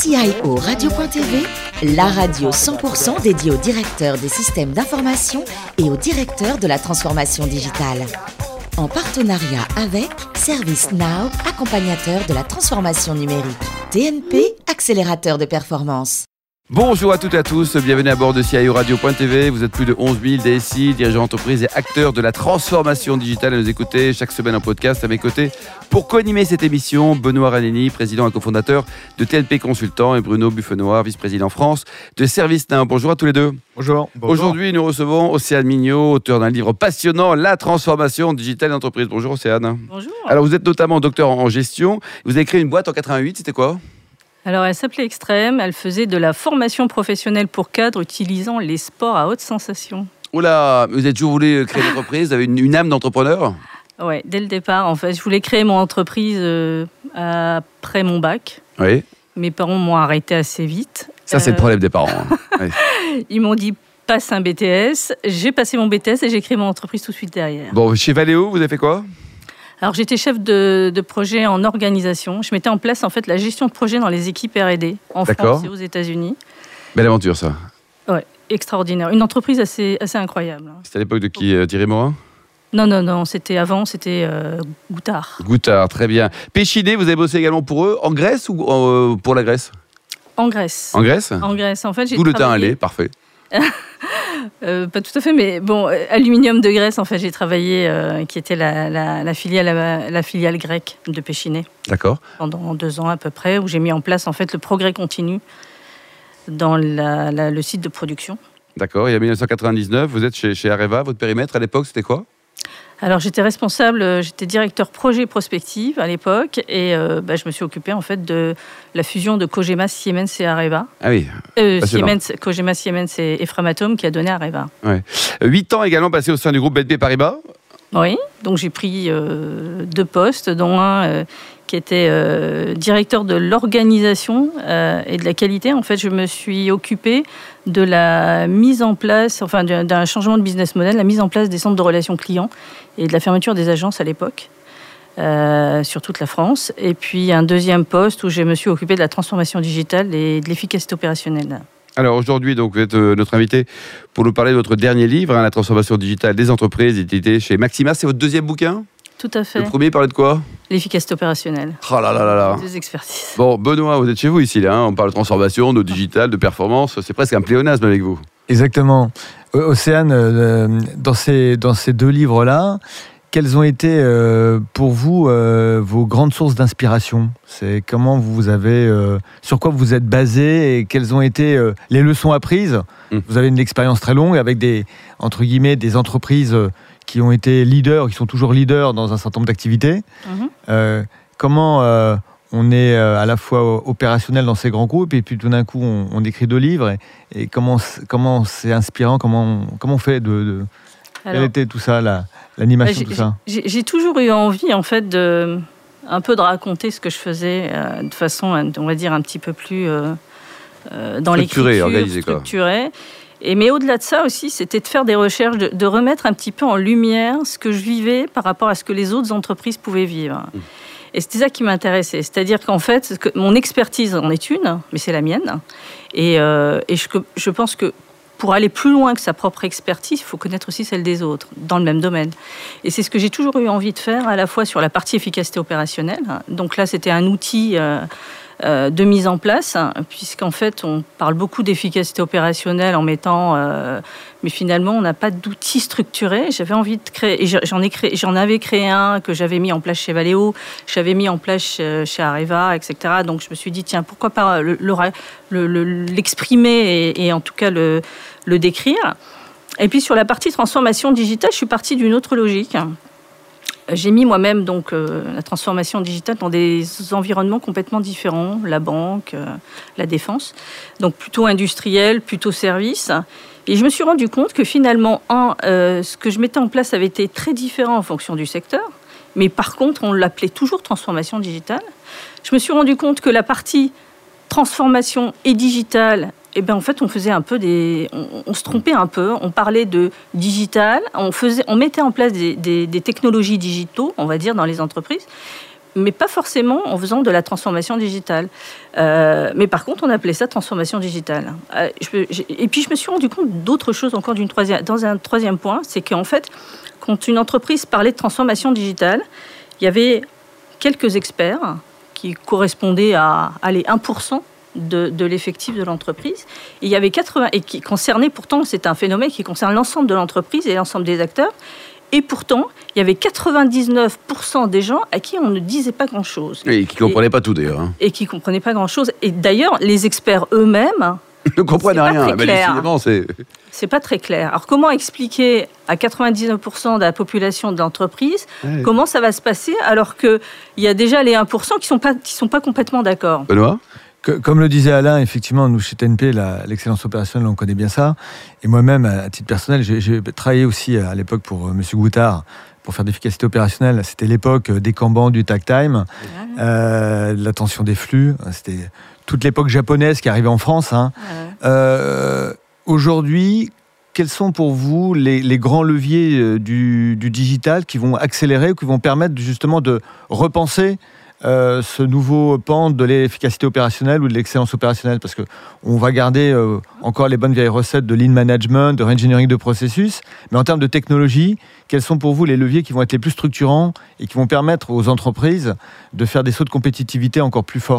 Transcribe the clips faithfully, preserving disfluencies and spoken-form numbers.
C I O Radio point T V, la radio cent pour cent dédiée aux directeurs des systèmes d'information et aux directeurs de la transformation digitale. En partenariat avec ServiceNow, accompagnateur de la transformation numérique. T N P, accélérateur de performance. Bonjour à toutes et à tous, bienvenue à bord de C I O Radio point T V. Vous êtes plus de onze mille D S I, dirigeants d'entreprise et acteurs de la transformation digitale à nous écouter chaque semaine en podcast. À mes côtés, pour co-animer cette émission, Benoît Ranelli, président et cofondateur de T N P Consultant, et Bruno Buffenoy, vice-président France de ServiceNow. Bonjour à tous les deux. Bonjour. Bonjour. Aujourd'hui, nous recevons Océane Mignot, auteur d'un livre passionnant, La transformation digitale d'entreprise. Bonjour Océane. Bonjour. Alors vous êtes notamment docteur en gestion. Vous avez créé une boîte en quatre-vingt-huit, c'était quoi ? Alors, elle s'appelait Extrême. Elle faisait de la formation professionnelle pour cadres utilisant les sports à haute sensation. Oula, vous avez toujours voulu créer une entreprise, vous avez une, une âme d'entrepreneur ? Ouais, dès le départ, en fait. Je voulais créer mon entreprise euh, après mon bac. Oui. Mes parents m'ont arrêté assez vite. Ça, c'est euh... le problème des parents. Hein. Oui. Ils m'ont dit, passe un B T S. J'ai passé mon B T S et j'ai créé mon entreprise tout de suite derrière. Bon, chez Valeo, vous avez fait quoi ? Alors, j'étais chef de, de projet en organisation. Je mettais en place, en fait, la gestion de projet dans les équipes R et D en D'accord. France et aux États-Unis. Belle aventure, ça. Ouais, extraordinaire. Une entreprise assez, assez incroyable. C'était à l'époque de qui, euh, Thierry Morin ? Non, non, non. C'était avant, c'était euh, Goutard. Goutard, très bien. Péchiné, vous avez bossé également pour eux, en Grèce ou euh, pour la Grèce ? En Grèce. En Grèce ? En Grèce. En fait, j'ai D'où le travaillé... teint allé, parfait. euh, pas tout à fait, mais bon, Aluminium de Grèce, en fait, j'ai travaillé, euh, qui était la, la, la, filiale, la, la filiale grecque de Péchiné. D'accord. Pendant deux ans à peu près, où j'ai mis en place, en fait, le progrès continu dans la, la, le site de production. D'accord. Et en dix-neuf cent quatre-vingt-dix-neuf, vous êtes chez, chez Areva. Votre périmètre, à l'époque, c'était quoi ? Alors, j'étais responsable, j'étais directeur projet prospective à l'époque, et euh, bah, je me suis occupée, en fait, de la fusion de Cogema, Siemens et Areva. Ah oui. Euh, Siemens, Cogema, Siemens et, et Framatome, qui a donné Areva. Ouais. Huit ans également passés au sein du groupe B N P Paribas. Oui, donc j'ai pris euh, deux postes, dont un euh, qui était euh, directeur de l'organisation euh, et de la qualité. En fait, je me suis occupée de la mise en place, enfin d'un changement de business model, la mise en place des centres de relations clients et de la fermeture des agences à l'époque, euh, sur toute la France. Et puis un deuxième poste où je me suis occupée de la transformation digitale et de l'efficacité opérationnelle. Alors aujourd'hui, donc, vous êtes euh, notre invité pour nous parler de votre dernier livre, hein, La transformation digitale des entreprises, édité chez Maxima. C'est votre deuxième bouquin ? Tout à fait. Le premier parlait de quoi ? L'efficacité opérationnelle. Oh là là là là. Deux expertises. Bon, Benoît, vous êtes chez vous ici, là. Hein, on parle de transformation, de digital, de performance. C'est presque un pléonasme avec vous. Exactement. Océane, euh, dans, ces, dans ces deux livres-là, quelles ont été euh, pour vous euh, vos grandes sources d'inspiration ? C'est comment vous avez, euh, sur quoi vous êtes basé et quelles ont été euh, les leçons apprises ? mmh. Vous avez une expérience très longue avec des, entre guillemets, des entreprises qui ont été leaders, qui sont toujours leaders dans un certain nombre d'activités. Mmh. Euh, comment euh, on est euh, à la fois opérationnel dans ces grands groupes et puis tout d'un coup on, on écrit deux livres et, et comment, comment c'est inspirant, comment on, comment on fait de... de Alors, quel était tout ça, la, l'animation, tout ça ? J'ai, j'ai toujours eu envie, en fait, de, un peu de raconter ce que je faisais euh, de façon, on va dire, un petit peu plus euh, euh, dans l'écriture, organisé, structurée. Et, mais au-delà de ça aussi, c'était de faire des recherches, de, de remettre un petit peu en lumière ce que je vivais par rapport à ce que les autres entreprises pouvaient vivre. Mmh. Et c'était ça qui m'intéressait. C'est-à-dire qu'en fait, que mon expertise en est une, mais c'est la mienne. Et, euh, et je, je pense que pour aller plus loin que sa propre expertise, il faut connaître aussi celle des autres, dans le même domaine. Et c'est ce que j'ai toujours eu envie de faire, à la fois sur la partie efficacité opérationnelle. Donc là, c'était un outil euh, euh, de mise en place, hein, puisqu'en fait, on parle beaucoup d'efficacité opérationnelle en mettant... Euh, mais finalement, on n'a pas d'outil structuré. J'avais envie de créer... Et j'en, ai créé, j'en avais créé un que j'avais mis en place chez Valeo, j'avais mis en place chez, chez Areva, et cetera. Donc je me suis dit, tiens, pourquoi pas le, le, le, l'exprimer et, et en tout cas le, le décrire. Et puis sur la partie transformation digitale, je suis partie d'une autre logique. J'ai mis moi-même donc euh, la transformation digitale dans des environnements complètement différents, la banque, euh, la défense, donc plutôt industriel, plutôt service. Et je me suis rendu compte que finalement, un, euh, ce que je mettais en place avait été très différent en fonction du secteur, mais par contre, on l'appelait toujours transformation digitale. Je me suis rendu compte que la partie transformation et digitale, eh ben en fait, on faisait un peu des, on, on se trompait un peu. On parlait de digital, on faisait, on mettait en place des, des, des technologies digitaux, on va dire, dans les entreprises. mais pas forcément en faisant de la transformation digitale. Euh, mais par contre, on appelait ça transformation digitale. Euh, je, et puis, je me suis rendu compte d'autres choses encore d'une troisième, dans un troisième point, c'est qu'en fait, quand une entreprise parlait de transformation digitale, il y avait quelques experts qui correspondaient à allez, un pour cent de, de l'effectif de l'entreprise. Et il y avait quatre-vingts, et qui concernait pourtant, c'est un phénomène qui concerne l'ensemble de l'entreprise et l'ensemble des acteurs. Et pourtant, il y avait quatre-vingt-dix-neuf pour cent des gens à qui on ne disait pas grand-chose. Et qui ne comprenaient et, pas tout d'ailleurs. Hein. Et qui ne comprenaient pas grand-chose. Et d'ailleurs, les experts eux-mêmes ne comprennent rien. Bah, décidément, c'est... c'est pas très clair. Alors, comment expliquer à quatre-vingt-dix-neuf pour cent de la population de l'entreprise ouais. comment ça va se passer alors qu'il y a déjà les un pour cent qui ne sont pas, qui sont pas complètement d'accord. Benoît ? Comme le disait Alain, effectivement, nous, chez T N P, la, l'excellence opérationnelle, on connaît bien ça. Et moi-même, à titre personnel, j'ai, j'ai travaillé aussi à l'époque pour M. Goutard, pour faire d'efficacité opérationnelle. C'était l'époque des Kanban, du tag time, ouais. euh, l'attention des flux. C'était toute l'époque japonaise qui arrivait en France. Hein. Ouais. Euh, aujourd'hui, quels sont pour vous les, les grands leviers du, du digital qui vont accélérer ou qui vont permettre justement de repenser Euh, ce nouveau pan de l'efficacité opérationnelle ou de l'excellence opérationnelle, parce qu'on va garder euh, encore les bonnes vieilles recettes de lean management, de re-engineering de processus, mais en termes de technologie, quels sont pour vous les leviers qui vont être les plus structurants et qui vont permettre aux entreprises de faire des sauts de compétitivité encore plus forts ?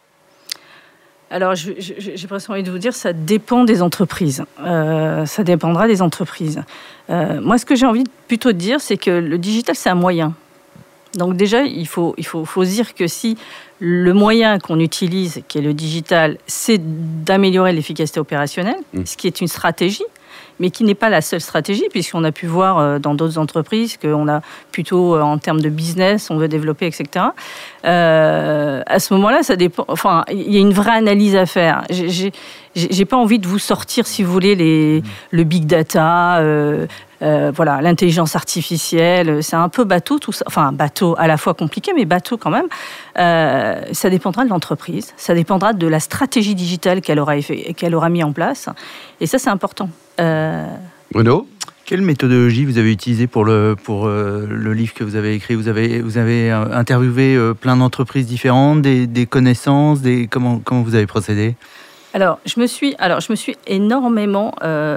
Alors, je, je, j'ai presque envie de vous dire, ça dépend des entreprises. Euh, ça dépendra des entreprises. Euh, moi, ce que j'ai envie plutôt de dire, c'est que le digital, c'est un moyen. Donc déjà, il faut, il faut, faut dire que si le moyen qu'on utilise, qui est le digital, c'est d'améliorer l'efficacité opérationnelle, mmh. ce qui est une stratégie, mais qui n'est pas la seule stratégie, puisqu'on a pu voir dans d'autres entreprises qu'on a plutôt, en termes de business, on veut développer, et cetera. Euh, à ce moment-là, ça dépend. Enfin, il y a une vraie analyse à faire. J'ai, j'ai, j'ai pas envie de vous sortir, si vous voulez, les, mmh. le big data. Euh, Euh, voilà, l'intelligence artificielle, c'est un peu bateau tout ça. Enfin, bateau à la fois compliqué, mais bateau quand même. Euh, ça dépendra de l'entreprise, ça dépendra de la stratégie digitale qu'elle aura, effet, qu'elle aura mis en place. Et ça, c'est important. Euh... Bruno ? Quelle méthodologie vous avez utilisée pour le, pour euh, le livre que vous avez écrit ? Vous avez, vous avez euh, interviewé euh, plein d'entreprises différentes, des, des connaissances, des, comment, comment vous avez procédé ? Alors, je me suis, alors, je me suis énormément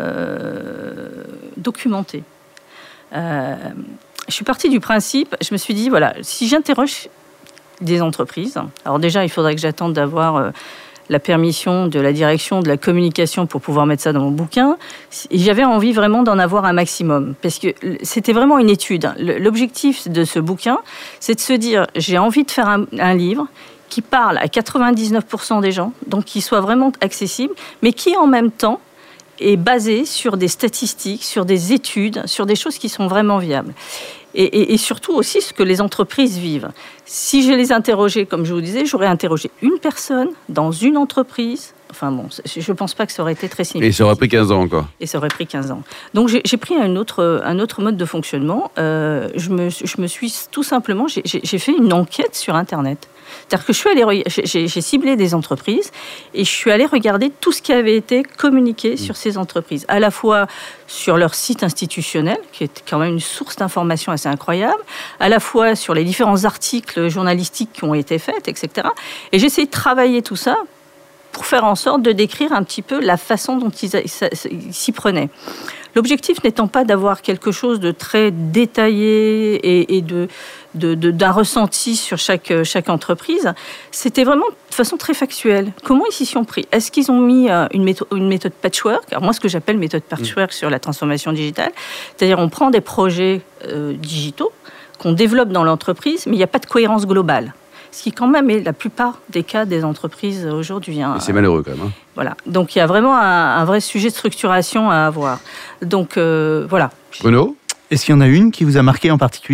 euh, documentée. Euh, je suis partie du principe, je me suis dit, voilà, si j'interroge des entreprises, alors déjà, il faudrait que j'attende d'avoir euh, la permission de la direction de la communication pour pouvoir mettre ça dans mon bouquin. Et j'avais envie vraiment d'en avoir un maximum, parce que c'était vraiment une étude. L'objectif de ce bouquin, c'est de se dire, j'ai envie de faire un, un livre qui parle à quatre-vingt-dix-neuf pour cent des gens, donc qui soit vraiment accessible, mais qui en même temps est basé sur des statistiques, sur des études, sur des choses qui sont vraiment viables. Et, et, et surtout aussi ce que les entreprises vivent. Si je les interrogeais, comme je vous disais, j'aurais interrogé une personne dans une entreprise. Enfin bon, je ne pense pas que ça aurait été très significatif. Et ça aurait pris quinze ans encore. Et ça aurait pris quinze ans. Donc j'ai, j'ai pris un autre, un autre mode de fonctionnement. Euh, je, me, je me suis tout simplement, j'ai, j'ai fait une enquête sur Internet. C'est-à-dire que je suis allée, j'ai, j'ai ciblé des entreprises et je suis allée regarder tout ce qui avait été communiqué mmh. sur ces entreprises, à la fois sur leur site institutionnel, qui est quand même une source d'information assez incroyable, à la fois sur les différents articles journalistiques qui ont été faits, et cetera. Et j'ai essayé de travailler tout ça pour faire en sorte de décrire un petit peu la façon dont ils, ils s'y prenaient. L'objectif n'étant pas d'avoir quelque chose de très détaillé et, et de, de, de, d'un ressenti sur chaque, chaque entreprise, c'était vraiment de façon très factuelle. Comment ils s'y sont pris ? Est-ce qu'ils ont mis une méthode, une méthode patchwork ? Alors moi, ce que j'appelle méthode patchwork mmh. sur la transformation digitale, c'est-à-dire on prend des projets euh, digitaux qu'on développe dans l'entreprise, mais il n'y a pas de cohérence globale. Ce qui quand même est la plupart des cas des entreprises aujourd'hui. Hein. Et c'est malheureux quand même. Hein. Voilà. Donc il y a vraiment un, un vrai sujet de structuration à avoir. Donc euh, voilà. Bruno ? Est-ce qu'il y en a une qui vous a marqué en particulier ?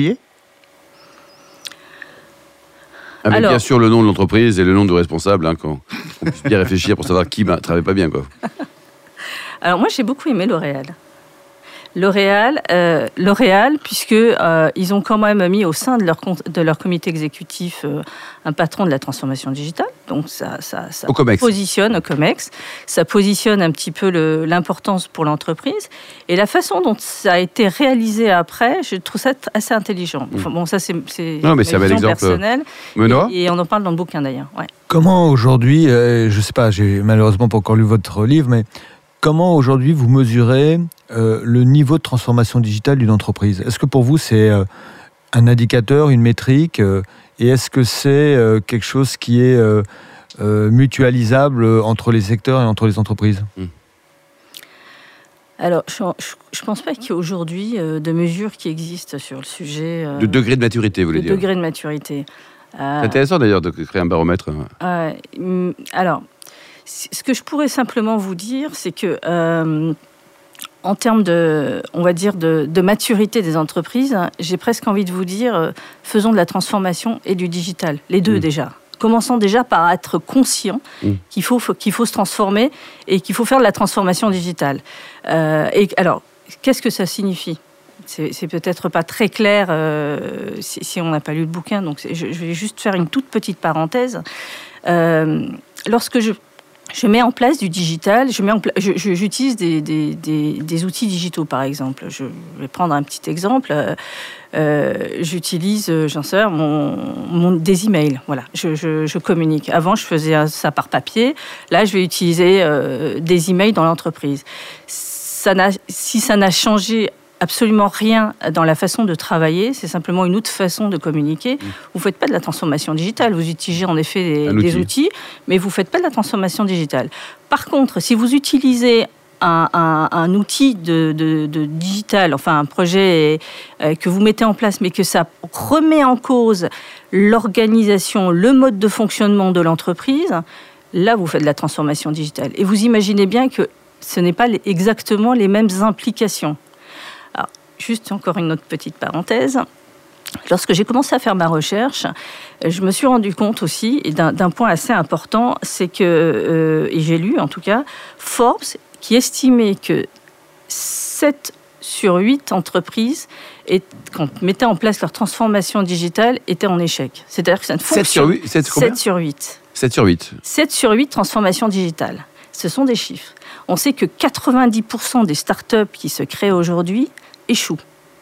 Avec Alors, bien sûr le nom de l'entreprise et le nom du responsable, hein, qu'on, qu'on puisse bien réfléchir pour savoir qui ne bah, travaille pas bien. Quoi. Alors moi j'ai beaucoup aimé L'Oréal. L'Oréal, euh, L'Oréal, puisque euh, ils ont quand même mis au sein de leur, de leur comité exécutif euh, un patron de la transformation digitale. Donc ça, ça, ça au COMEX. positionne au COMEX, ça positionne un petit peu le, l'importance pour l'entreprise. Et la façon dont ça a été réalisé après, je trouve ça assez intelligent. Enfin, bon, ça c'est, c'est non, mais ma c'est un bel vision exemple. personnelle. Benoît ? Et, et on en parle dans le bouquin d'ailleurs. Ouais. Comment aujourd'hui, euh, je ne sais pas, j'ai malheureusement pas encore lu votre livre, mais comment aujourd'hui vous mesurez euh, le niveau de transformation digitale d'une entreprise ? Est-ce que pour vous c'est euh, un indicateur, une métrique euh, et est-ce que c'est euh, quelque chose qui est euh, euh, mutualisable entre les secteurs et entre les entreprises ? mmh. Alors, je ne pense pas qu'il y ait aujourd'hui euh, de mesures qui existent sur le sujet. Euh, de degré de maturité, vous voulez de dire ? degré de maturité. Euh, C'est intéressant d'ailleurs de créer un baromètre. Euh, alors, ce que je pourrais simplement vous dire, c'est que euh, en termes de, on va dire, de, de maturité des entreprises, j'ai presque envie de vous dire, euh, faisons de la transformation et du digital, les deux mmh. déjà. Commençons déjà par être conscient mmh. qu'il faut, qu'il faut se transformer et qu'il faut faire de la transformation digitale. Euh, et alors, qu'est-ce que ça signifie ? C'est, c'est peut-être pas très clair euh, si, si on n'a pas lu le bouquin, donc je, je vais juste faire une toute petite parenthèse. Euh, lorsque je, je mets en place du digital, je mets en pla- je, je, j'utilise des, des, des, des outils digitaux, par exemple. Je vais prendre un petit exemple. Euh, j'utilise, j'en sais, mon, mon, des emails. Voilà, je, je, je communique. Avant, je faisais ça par papier. Là, je vais utiliser euh, des emails dans l'entreprise. Ça n'a, si ça n'a changé absolument rien dans la façon de travailler, c'est simplement une autre façon de communiquer. Vous ne faites pas de la transformation digitale, vous utilisez en effet des, des outils, mais vous ne faites pas de la transformation digitale. Par contre, si vous utilisez un, un, un outil de, de, de digital, enfin un projet euh, que vous mettez en place, mais que ça remet en cause l'organisation, le mode de fonctionnement de l'entreprise, là, vous faites de la transformation digitale. Et vous imaginez bien que ce n'est pas exactement les mêmes implications. Alors, juste encore une autre petite parenthèse. Lorsque j'ai commencé à faire ma recherche, je me suis rendu compte aussi d'un, d'un point assez important, c'est que, euh, et j'ai lu en tout cas, Forbes, qui estimait que sept sur huit entreprises, et, quand mettaient en place leur transformation digitale, étaient en échec. C'est-à-dire que ça ne fonctionne pas. sept sur huit sept sur huit sept sur huit transformations digitales. Ce sont des chiffres. On sait que quatre-vingt-dix pour cent des startups qui se créent aujourd'hui échouent.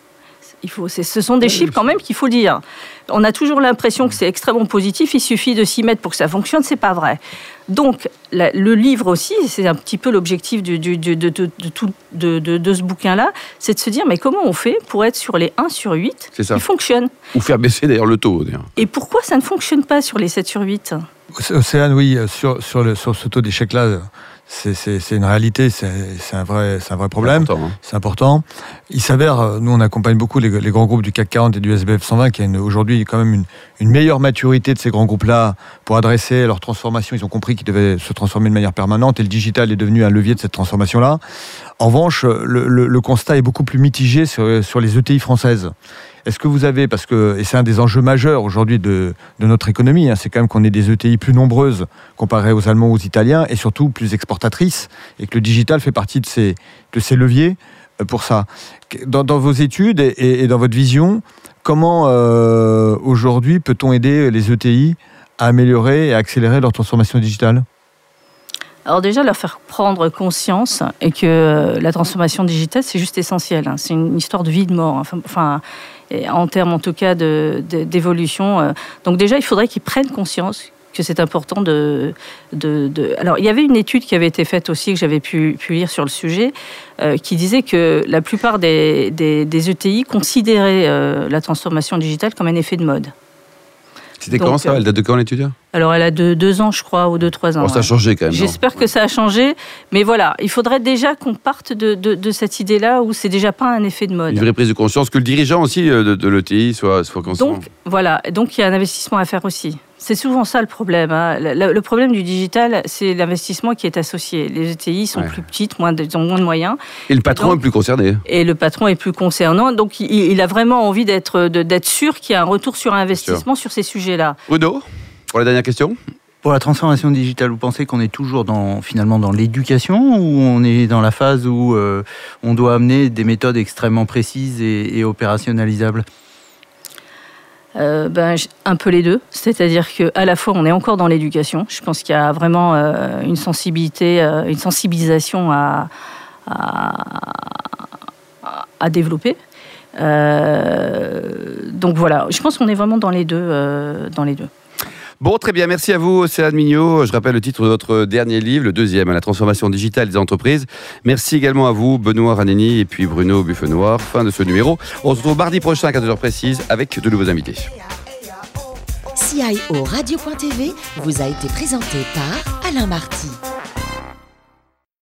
Il faut, c'est, ce sont des chiffres quand même qu'il faut dire. On a toujours l'impression que c'est extrêmement positif, il suffit de s'y mettre pour que ça fonctionne, c'est pas vrai. Donc, la, le livre aussi, c'est un petit peu l'objectif du, du, du, de, de, de, tout, de, de, de ce bouquin-là, c'est de se dire, mais comment on fait pour être sur les un sur huit qui fonctionnent ? Ou faire baisser d'ailleurs le taux. D'ailleurs. Et pourquoi ça ne fonctionne pas sur les sept sur huit ? Océane, oui, sur, sur, le, sur ce taux d'échec-là, c'est, c'est, c'est une réalité, c'est, c'est, un vrai, c'est un vrai problème. C'est important, hein. C'est important. Il s'avère, nous on accompagne beaucoup les, les grands groupes du C A C quarante et du S B F cent vingt, qui a une, aujourd'hui quand même une, une meilleure maturité de ces grands groupes-là pour adresser leur transformation. Ils ont compris qu'ils devaient se transformer de manière permanente et le digital est devenu un levier de cette transformation-là. En revanche, le, le, le constat est beaucoup plus mitigé sur, sur les E T I françaises. Est-ce que vous avez, parce que, et c'est un des enjeux majeurs aujourd'hui de, de notre économie, hein, c'est quand même qu'on ait des E T I plus nombreuses comparées aux Allemands ou aux Italiens, et surtout plus exportatrices, et que le digital fait partie de ces, de ces leviers pour ça. Dans, dans vos études et, et, et dans votre vision, comment euh, aujourd'hui peut-on aider les E T I à améliorer et à accélérer leur transformation digitale ? Alors déjà, leur faire prendre conscience et que la transformation digitale, c'est juste essentiel. Hein. C'est une histoire de vie, de mort. Enfin, enfin en termes, en tout cas, de, de, d'évolution. Donc déjà, il faudrait qu'ils prennent conscience que c'est important de, de, de... Alors, il y avait une étude qui avait été faite aussi, que j'avais pu, pu lire sur le sujet, euh, qui disait que la plupart des, des, des E T I considéraient euh, la transformation digitale comme un effet de mode. C'était Donc, quand ça ? Elle date de quand l'étude ? Alors, elle a de, deux ans, je crois, ou deux, trois ans. Oh, ça a changé quand même. J'espère non que ça a changé. Mais voilà, il faudrait déjà qu'on parte de, de, de cette idée-là où c'est déjà pas un effet de mode. Une vraie prise de conscience, que le dirigeant aussi de, de l'E T I soit, soit conscient. Donc, voilà. Donc, il y a un investissement à faire aussi. C'est souvent ça le problème. Hein. Le, le problème du digital, c'est l'investissement qui est associé. Les E T I sont ouais. plus petites, moins de, ils ont moins de moyens. Et le patron donc, est plus concerné. Et le patron est plus concernant. Donc, il, il a vraiment envie d'être, de, d'être sûr qu'il y a un retour sur investissement sur ces sujets-là. Bruno, pour la dernière question. Pour la transformation digitale, vous pensez qu'on est toujours dans, finalement dans l'éducation ou on est dans la phase où euh, on doit amener des méthodes extrêmement précises et, et opérationnalisables ? Euh, ben, un peu les deux, c'est-à-dire qu'à la fois on est encore dans l'éducation, je pense qu'il y a vraiment euh, une sensibilité, euh, une sensibilisation à, à, à développer. Euh, donc voilà, je pense qu'on est vraiment dans les deux, euh, dans les deux. Bon, très bien, merci à vous, Océane Mignot. Je rappelle le titre de votre dernier livre, le deuxième, La transformation digitale des entreprises. Merci également à vous, Benoît Raneni et puis Bruno Buffenoir. Fin de ce numéro. On se retrouve mardi prochain à quatorze heures précises avec de nouveaux invités. C I O Radio point T V vous a été présenté par Alain Marty.